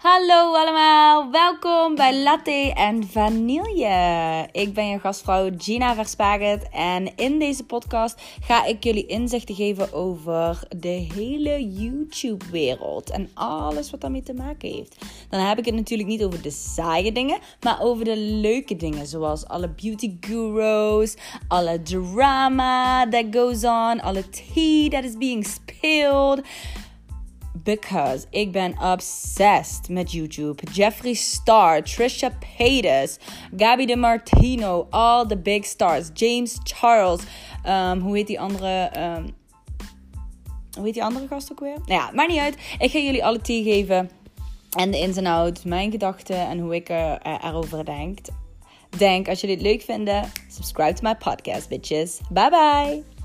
Hallo allemaal, welkom bij Latte en Vanille. Ik ben je gastvrouw Gina Verspaget en in deze podcast ga ik jullie inzichten geven over de hele YouTube-wereld en alles wat daarmee te maken heeft. Dan heb ik het natuurlijk niet over de saaie dingen, maar over de leuke dingen, zoals alle beauty gurus, alle drama that goes on, alle tea that is being spilled. Because ik ben obsessed met YouTube. Jeffree Star, Trisha Paytas, Gabby DeMartino, all the big stars. James Charles, hoe heet die andere gast ook weer? Nou ja, maakt niet uit. Ik ga jullie alle tea geven. En de ins en outs, mijn gedachten en hoe ik erover denk. Als jullie het leuk vinden, subscribe to my podcast, bitches. Bye bye!